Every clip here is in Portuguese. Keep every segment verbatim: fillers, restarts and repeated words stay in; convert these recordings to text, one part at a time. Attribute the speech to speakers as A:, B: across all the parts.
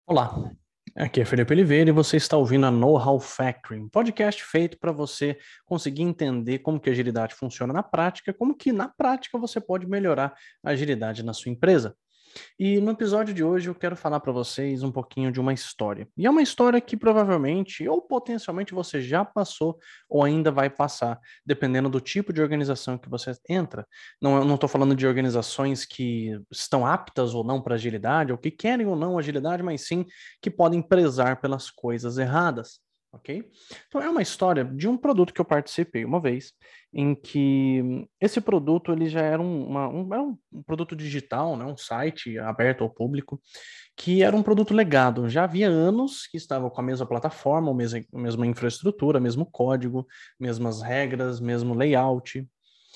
A: Olá, aqui é Felipe Oliveira e você está ouvindo a Know-How Factory, um podcast feito para você conseguir entender como que a agilidade funciona na prática, como que na prática você pode melhorar a agilidade na sua empresa. E no episódio de hoje eu quero falar para vocês um pouquinho de uma história. E é uma história que provavelmente ou potencialmente você já passou ou ainda vai passar, dependendo do tipo de organização que você entra. Não, eu não estou falando de organizações que estão aptas ou não para agilidade, ou que querem ou não agilidade, mas sim que podem prezar pelas coisas erradas. Ok? Então é uma história de um produto que eu participei uma vez, em que esse produto ele já era um, uma, um, era um produto digital, né, um site aberto ao público, que era um produto legado. Já havia anos que estava com a mesma plataforma, a mesma, a mesma infraestrutura, mesmo código, mesmas regras, mesmo layout.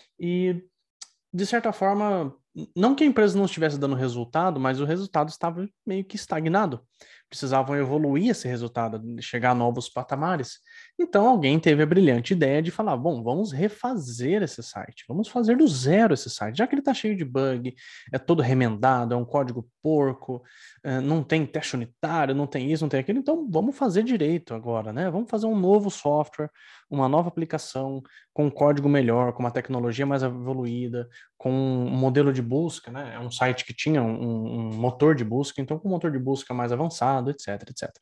A: E de certa forma, não que a empresa não estivesse dando resultado, mas o resultado estava meio que estagnado. Precisavam evoluir esse resultado, chegar a novos patamares. Então alguém teve a brilhante ideia de falar: bom, vamos refazer esse site, vamos fazer do zero esse site, já que ele está cheio de bug, é todo remendado, é um código porco, é, não tem teste unitário, não tem isso, não tem aquilo, então vamos fazer direito agora, né? Vamos fazer um novo software, uma nova aplicação, com um código melhor, com uma tecnologia mais evoluída, com um modelo de busca, né? É um site que tinha um, um motor de busca, então com um motor de busca mais avançado, etc, etcétera.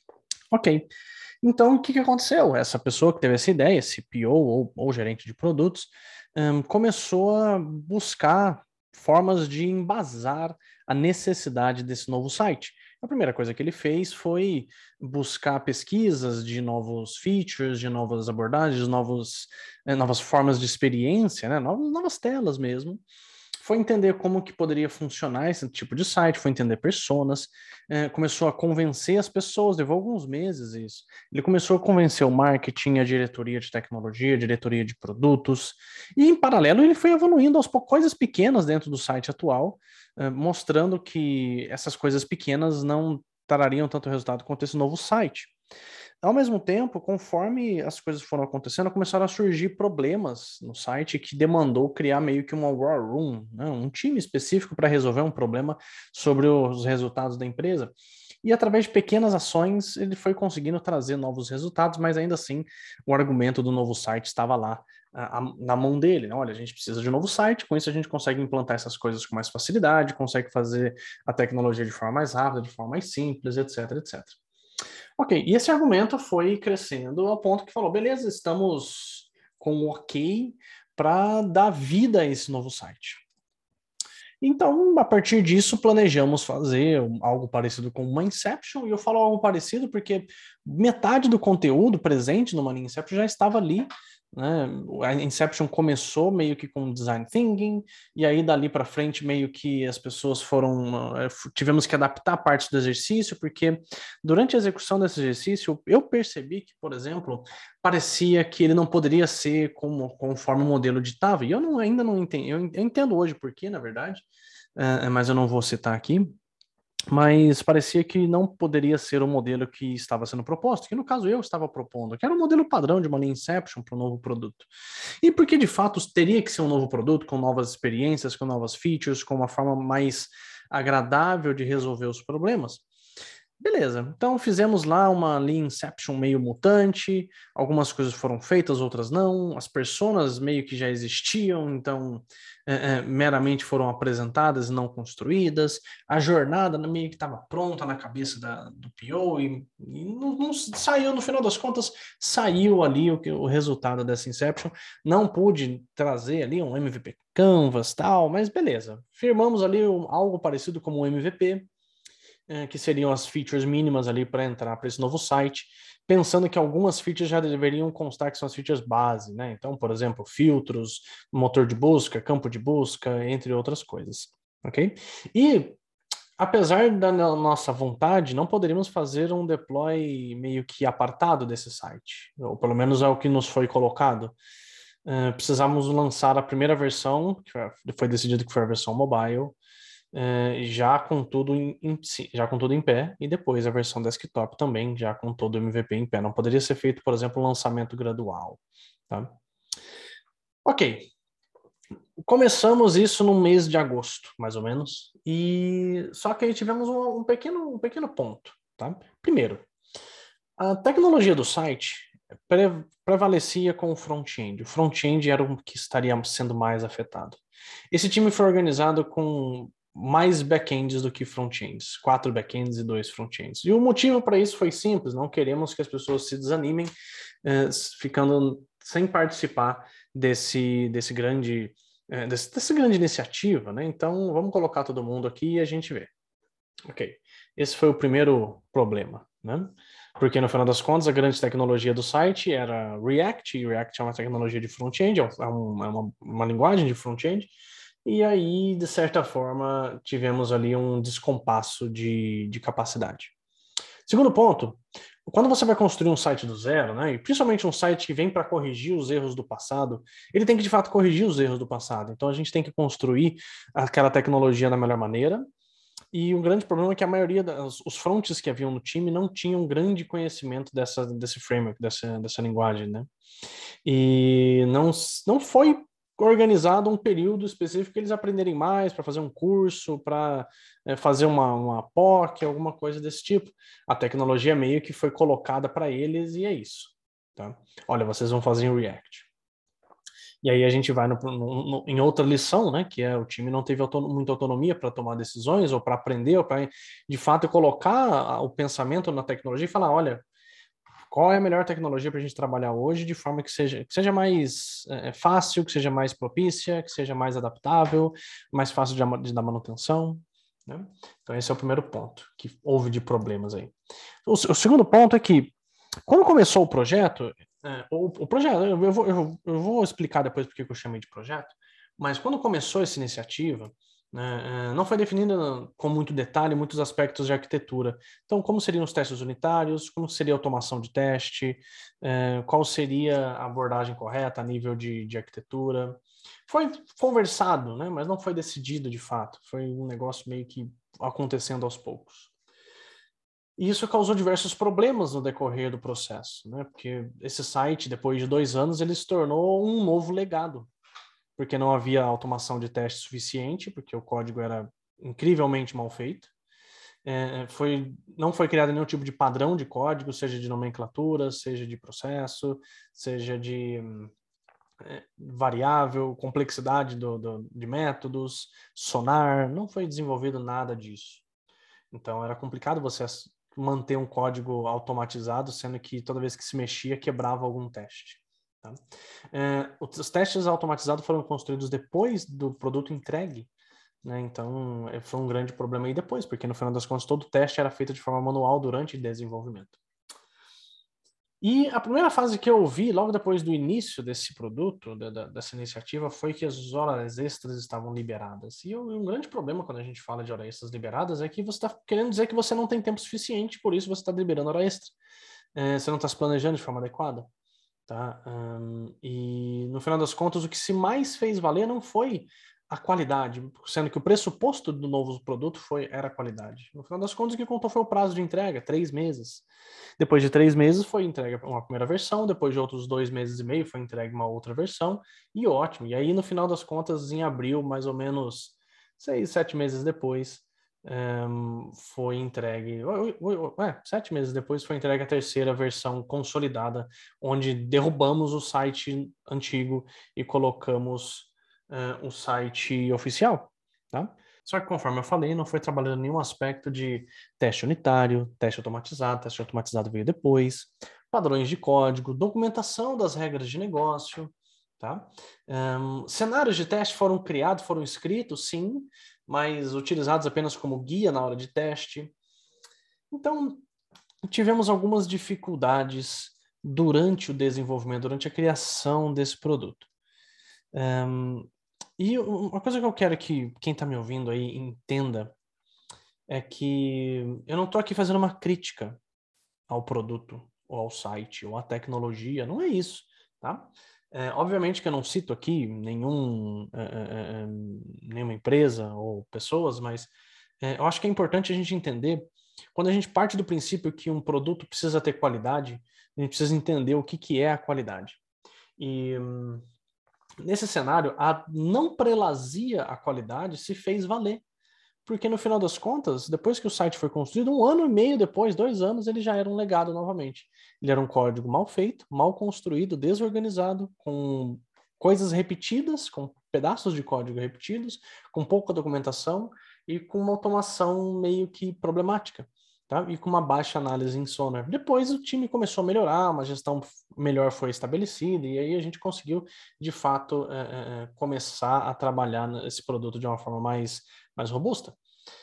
A: Ok. Então, o que, que aconteceu? Essa pessoa que teve essa ideia, esse P O ou, ou gerente de produtos, um, começou a buscar formas de embasar a necessidade desse novo site. A primeira coisa que ele fez foi buscar pesquisas de novos features, de novas abordagens, novos, eh, novas formas de experiência, né? novas, novas telas mesmo. Foi entender como que poderia funcionar esse tipo de site, foi entender personas, eh, começou a convencer as pessoas, levou alguns meses isso. Ele começou a convencer o marketing, a diretoria de tecnologia, a diretoria de produtos, e em paralelo ele foi evoluindo aos poucos, coisas pequenas dentro do site atual, eh, mostrando que essas coisas pequenas não trariam tanto resultado quanto esse novo site. Ao mesmo tempo, conforme as coisas foram acontecendo, começaram a surgir problemas no site que demandou criar meio que uma war room, né? Um time específico para resolver um problema sobre os resultados da empresa. E através de pequenas ações, ele foi conseguindo trazer novos resultados, mas ainda assim, o argumento do novo site estava lá a, a, na mão dele, né? Olha, a gente precisa de um novo site, com isso a gente consegue implantar essas coisas com mais facilidade, consegue fazer a tecnologia de forma mais rápida, de forma mais simples, etc, etcétera. Ok, e esse argumento foi crescendo ao ponto que falou: beleza, estamos com um ok para dar vida a esse novo site. Então, a partir disso, planejamos fazer algo parecido com uma Inception, e eu falo algo parecido porque metade do conteúdo presente no Money Inception já estava ali, né? A Inception começou meio que com design thinking, e aí dali para frente meio que as pessoas foram, eh, tivemos que adaptar partes do exercício, porque durante a execução desse exercício eu percebi que, por exemplo, parecia que ele não poderia ser como, conforme o modelo ditava, e eu não, ainda não entendo, eu entendo hoje por quê, na verdade, é, mas eu não vou citar aqui, mas parecia que não poderia ser o modelo que estava sendo proposto, que no caso eu estava propondo, que era um modelo padrão de uma linha Inception para um novo produto. E porque de fato teria que ser um novo produto, com novas experiências, com novas features, com uma forma mais agradável de resolver os problemas. Beleza, então fizemos lá uma Lean Inception meio mutante, algumas coisas foram feitas, outras não, as personas meio que já existiam, então é, é, meramente foram apresentadas e não construídas, a jornada meio que estava pronta na cabeça da, do P O e, e não, não saiu, no final das contas, saiu ali o, o resultado dessa Inception, não pude trazer ali um M V P Canvas tal, mas beleza, firmamos ali um, algo parecido como um M V P, que seriam as features mínimas ali para entrar para esse novo site, pensando que algumas features já deveriam constar que são as features base, né? Então, por exemplo, filtros, motor de busca, campo de busca, entre outras coisas, ok? E apesar da nossa vontade, não poderíamos fazer um deploy meio que apartado desse site, ou pelo menos é o que nos foi colocado. Uh, precisamos lançar a primeira versão, que foi decidido que foi a versão mobile, Uh, já com tudo em, em, já com tudo em pé, e depois a versão desktop também, já com todo o M V P em pé. Não poderia ser feito, por exemplo, um lançamento gradual, tá? Ok. Começamos isso no mês de agosto, mais ou menos, e só que aí tivemos um, um pequeno, um pequeno ponto, tá? Primeiro, a tecnologia do site pre- prevalecia com o front-end. O front-end era o que estaria sendo mais afetado. Esse time foi organizado com mais back-ends do que front-ends, quatro back-ends e dois front-ends. E o motivo para isso foi simples: não queremos que as pessoas se desanimem, eh, ficando sem participar desse, desse grande, eh, desse, dessa grande iniciativa, né? Então, vamos colocar todo mundo aqui e a gente vê. Ok, esse foi o primeiro problema, né? Porque no final das contas a grande tecnologia do site era React, e React é uma tecnologia de front-end, é, um, é uma, uma linguagem de front-end, e aí, de certa forma, tivemos ali um descompasso de, de capacidade. Segundo ponto, quando você vai construir um site do zero, né, e principalmente um site que vem para corrigir os erros do passado, ele tem que de fato corrigir os erros do passado. Então a gente tem que construir aquela tecnologia da melhor maneira. E um grande problema é que a maioria dos fronts que haviam no time não tinham grande conhecimento dessa, desse framework, dessa, dessa linguagem, né? E não, não foi organizado um período específico para eles aprenderem mais, para fazer um curso, para é, fazer uma, uma P O C, alguma coisa desse tipo. A tecnologia meio que foi colocada para eles e é isso. Tá? Olha, vocês vão fazer em React. E aí a gente vai no, no, no, em outra lição, né, que é o time não teve autonom, muita autonomia para tomar decisões ou para aprender ou para, de fato, colocar o pensamento na tecnologia e falar, olha, qual é a melhor tecnologia para a gente trabalhar hoje de forma que seja, que seja mais é, fácil, que seja mais propícia, que seja mais adaptável, mais fácil de, de dar manutenção. Né? Então esse é o primeiro ponto que houve de problemas aí. O, o segundo ponto é que quando começou o projeto, é, o, o, projeto, eu vou, eu, eu vou explicar depois porque eu chamei de projeto, mas quando começou essa iniciativa, né, não foi definida com muito detalhe muitos aspectos de arquitetura. Então, como seriam os testes unitários, como seria a automação de teste, é, qual seria a abordagem correta a nível de, de arquitetura. Foi conversado, né, mas não foi decidido de fato. Foi um negócio meio que acontecendo aos poucos. E isso causou diversos problemas no decorrer do processo, né? Porque esse site, depois de dois anos, ele se tornou um novo legado, porque não havia automação de teste suficiente, porque o código era incrivelmente mal feito. É, foi, não foi criado nenhum tipo de padrão de código, seja de nomenclatura, seja de processo, seja de é, variável, complexidade do, do, de métodos, sonar, não foi desenvolvido nada disso. Então era complicado você manter um código automatizado, sendo que toda vez que se mexia, quebrava algum teste. Tá? É, os testes automatizados foram construídos depois do produto entregue, né? Então foi um grande problema aí depois, porque no final das contas todo teste era feito de forma manual durante o desenvolvimento. E a primeira fase que eu vi, logo depois do início desse produto, da, da, dessa iniciativa, foi que as horas extras estavam liberadas. E um grande problema quando a gente fala de horas extras liberadas é que você está querendo dizer que você não tem tempo suficiente, por isso você está liberando hora extra. É, você não está se planejando de forma adequada. Tá? Um, e no final das contas, o que se mais fez valer não foi a qualidade, sendo que o pressuposto do novo produto foi, era a qualidade. No final das contas, o que contou foi o prazo de entrega, três meses. Depois de três meses foi entregue uma primeira versão, depois de outros dois meses e meio foi entregue uma outra versão, e ótimo. E aí, no final das contas, em abril, mais ou menos seis, sete meses depois, um, foi entregue, é, sete meses depois foi entregue a terceira versão consolidada, onde derrubamos o site antigo e colocamos uh, o site oficial, tá? Só que, conforme eu falei, não foi trabalhando nenhum aspecto de teste unitário, teste automatizado, teste automatizado veio depois, padrões de código, documentação das regras de negócio, tá? Um, cenários de teste foram criados, foram escritos, sim, mas utilizados apenas como guia na hora de teste. Então, tivemos algumas dificuldades durante o desenvolvimento, durante a criação desse produto. Um, e uma coisa que eu quero que quem está me ouvindo aí entenda é que eu não estou aqui fazendo uma crítica ao produto, ou ao site, ou à tecnologia, não é isso, tá? É, obviamente que eu não cito aqui nenhum, é, é, nenhuma empresa ou pessoas, mas é, eu acho que é importante a gente entender, quando a gente parte do princípio que um produto precisa ter qualidade, a gente precisa entender o que, que é a qualidade. E nesse cenário, a não prelazia à qualidade se fez valer. Porque no final das contas, depois que o site foi construído, um ano e meio depois, dois anos, ele já era um legado novamente. Ele era um código mal feito, mal construído, desorganizado, com coisas repetidas, com pedaços de código repetidos, com pouca documentação e com uma automação meio que problemática, tá? E com uma baixa análise em Sonar. Depois o time começou a melhorar, uma gestão melhor foi estabelecida e aí a gente conseguiu, de fato, é, é, começar a trabalhar esse produto de uma forma mais mais robusta.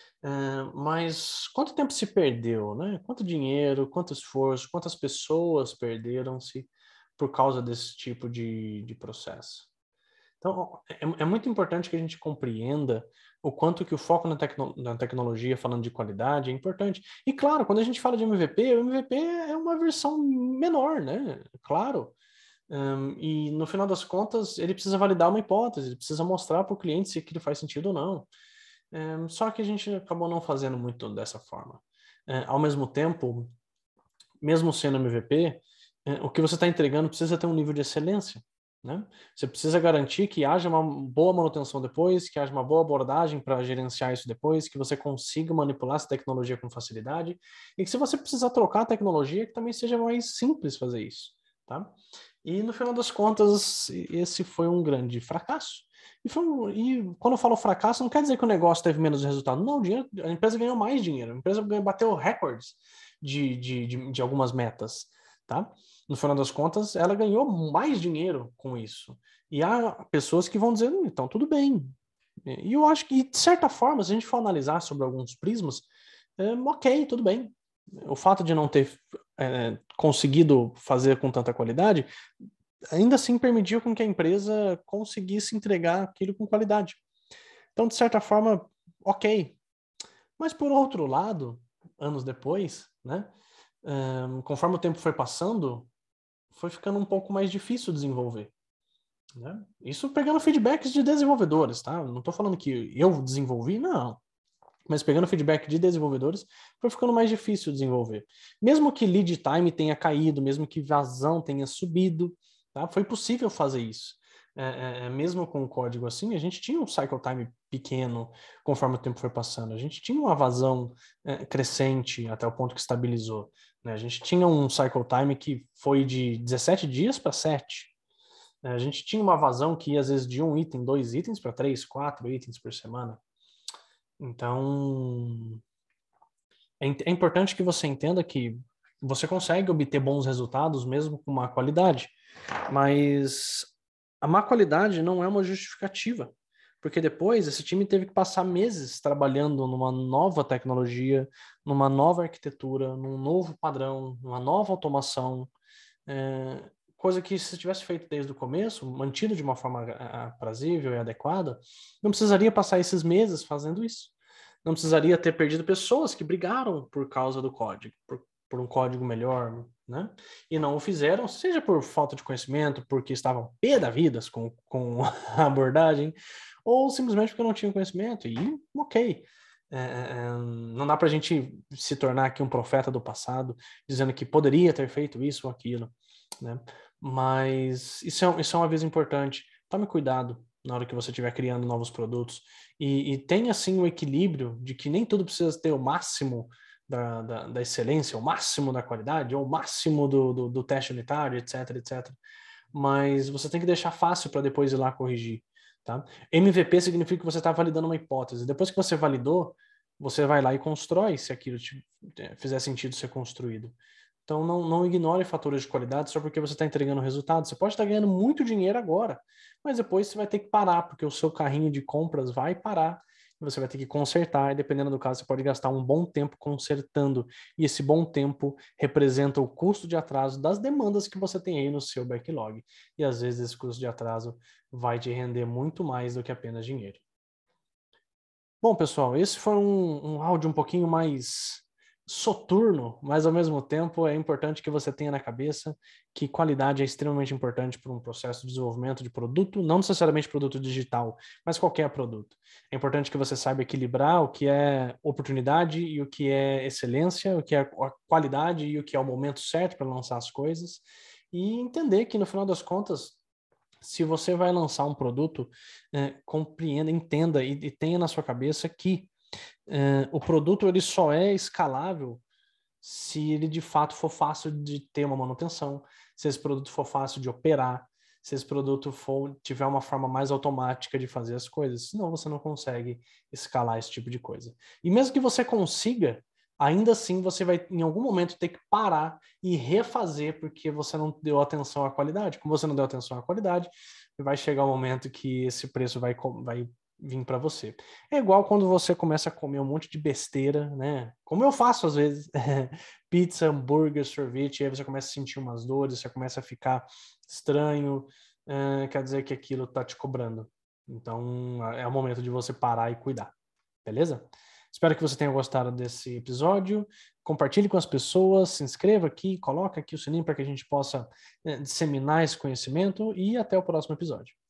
A: Uh, mas quanto tempo se perdeu, né? Quanto dinheiro, quanto esforço, quantas pessoas perderam-se por causa desse tipo de, de processo? Então, é, é muito importante que a gente compreenda o quanto que o foco na, tecno, na tecnologia, falando de qualidade, é importante. E claro, quando a gente fala de M V P, o M V P é uma versão menor, né? Claro. Um, e no final das contas, ele precisa validar uma hipótese, ele precisa mostrar para o cliente se aquilo faz sentido ou não. É, só que a gente acabou não fazendo muito dessa forma. É, ao mesmo tempo, mesmo sendo M V P, é, o que você está entregando precisa ter um nível de excelência, né? Você precisa garantir que haja uma boa manutenção depois, que haja uma boa abordagem para gerenciar isso depois, que você consiga manipular essa tecnologia com facilidade e que se você precisar trocar a tecnologia, que também seja mais simples fazer isso, tá? E no final das contas, esse foi um grande fracasso. E, foi um, e quando eu falo fracasso, não quer dizer que o negócio teve menos resultado. Não, o dinheiro, a empresa ganhou mais dinheiro. A empresa bateu recordes de, de, de, de algumas metas, tá? No final das contas, ela ganhou mais dinheiro com isso. E há pessoas que vão dizer, hum, então tudo bem. E eu acho que, de certa forma, se a gente for analisar sobre alguns prismas, é, ok, tudo bem. O fato de não ter é, conseguido fazer com tanta qualidade ainda assim permitiu com que a empresa conseguisse entregar aquilo com qualidade. Então, de certa forma, ok. Mas, por outro lado, anos depois, né, um, conforme o tempo foi passando, foi ficando um pouco mais difícil desenvolver. Né? Isso pegando feedbacks de desenvolvedores, tá? Não estou falando que eu desenvolvi, não. Mas pegando feedback de desenvolvedores, foi ficando mais difícil desenvolver. Mesmo que lead time tenha caído, mesmo que vazão tenha subido, tá? Foi possível fazer isso. É, é, mesmo com o código assim, a gente tinha um cycle time pequeno conforme o tempo foi passando. A gente tinha uma vazão é, crescente até o ponto que estabilizou. Né? A gente tinha um cycle time que foi de dezessete dias para sete. A gente tinha uma vazão que ia às vezes de um item, dois itens para três, quatro itens por semana. Então, é, é importante que você entenda que você consegue obter bons resultados mesmo com má qualidade, mas a má qualidade não é uma justificativa, porque depois esse time teve que passar meses trabalhando numa nova tecnologia, numa nova arquitetura, num novo padrão, numa nova automação, é, coisa que se tivesse feito desde o começo, mantido de uma forma aprazível e adequada, não precisaria passar esses meses fazendo isso. Não precisaria ter perdido pessoas que brigaram por causa do código, por, por um código melhor, né? E não o fizeram, seja por falta de conhecimento, porque estavam pé da vida com, com a abordagem, ou simplesmente porque não tinham conhecimento. E ok. É, não dá para a gente se tornar aqui um profeta do passado, dizendo que poderia ter feito isso ou aquilo, né? Mas isso é, isso é um aviso importante. Tome cuidado na hora que você estiver criando novos produtos. E, e tenha, assim, o equilíbrio de que nem tudo precisa ter o máximo da, da, da excelência, o máximo da qualidade, ou o máximo do, do, do teste unitário, etc, etcétera. Mas você tem que deixar fácil para depois ir lá corrigir. Tá? M V P significa que você está validando uma hipótese. Depois que você validou, você vai lá e constrói se aquilo te, fizer sentido ser construído. Então, não, não ignore fatores de qualidade só porque você está entregando resultado. Você pode estar ganhando muito dinheiro agora, mas depois você vai ter que parar, porque o seu carrinho de compras vai parar. E você vai ter que consertar, e dependendo do caso, você pode gastar um bom tempo consertando. E esse bom tempo representa o custo de atraso das demandas que você tem aí no seu backlog. E às vezes esse custo de atraso vai te render muito mais do que apenas dinheiro. Bom, pessoal, esse foi um, um áudio um pouquinho mais soturno, mas ao mesmo tempo é importante que você tenha na cabeça que qualidade é extremamente importante para um processo de desenvolvimento de produto, não necessariamente produto digital, mas qualquer produto. É importante que você saiba equilibrar o que é oportunidade e o que é excelência, o que é qualidade e o que é o momento certo para lançar as coisas, e entender que no final das contas se você vai lançar um produto, é, compreenda, entenda e, e tenha na sua cabeça que é, o produto ele só é escalável se ele de fato for fácil de ter uma manutenção, se esse produto for fácil de operar, se esse produto for, tiver uma forma mais automática de fazer as coisas, senão você não consegue escalar esse tipo de coisa. E mesmo que você consiga, ainda assim você vai em algum momento ter que parar e refazer porque você não deu atenção à qualidade. Como você não deu atenção à qualidade, vai chegar um momento que esse preço vai, vai vir para você. É igual quando você começa a comer um monte de besteira, né? Como eu faço às vezes, pizza, hambúrguer, sorvete, aí você começa a sentir umas dores, você começa a ficar estranho, uh, quer dizer que aquilo tá te cobrando. Então é o momento de você parar e cuidar, beleza? Espero que você tenha gostado desse episódio. Compartilhe com as pessoas, se inscreva aqui, coloque aqui o sininho para que a gente possa uh, disseminar esse conhecimento e até o próximo episódio.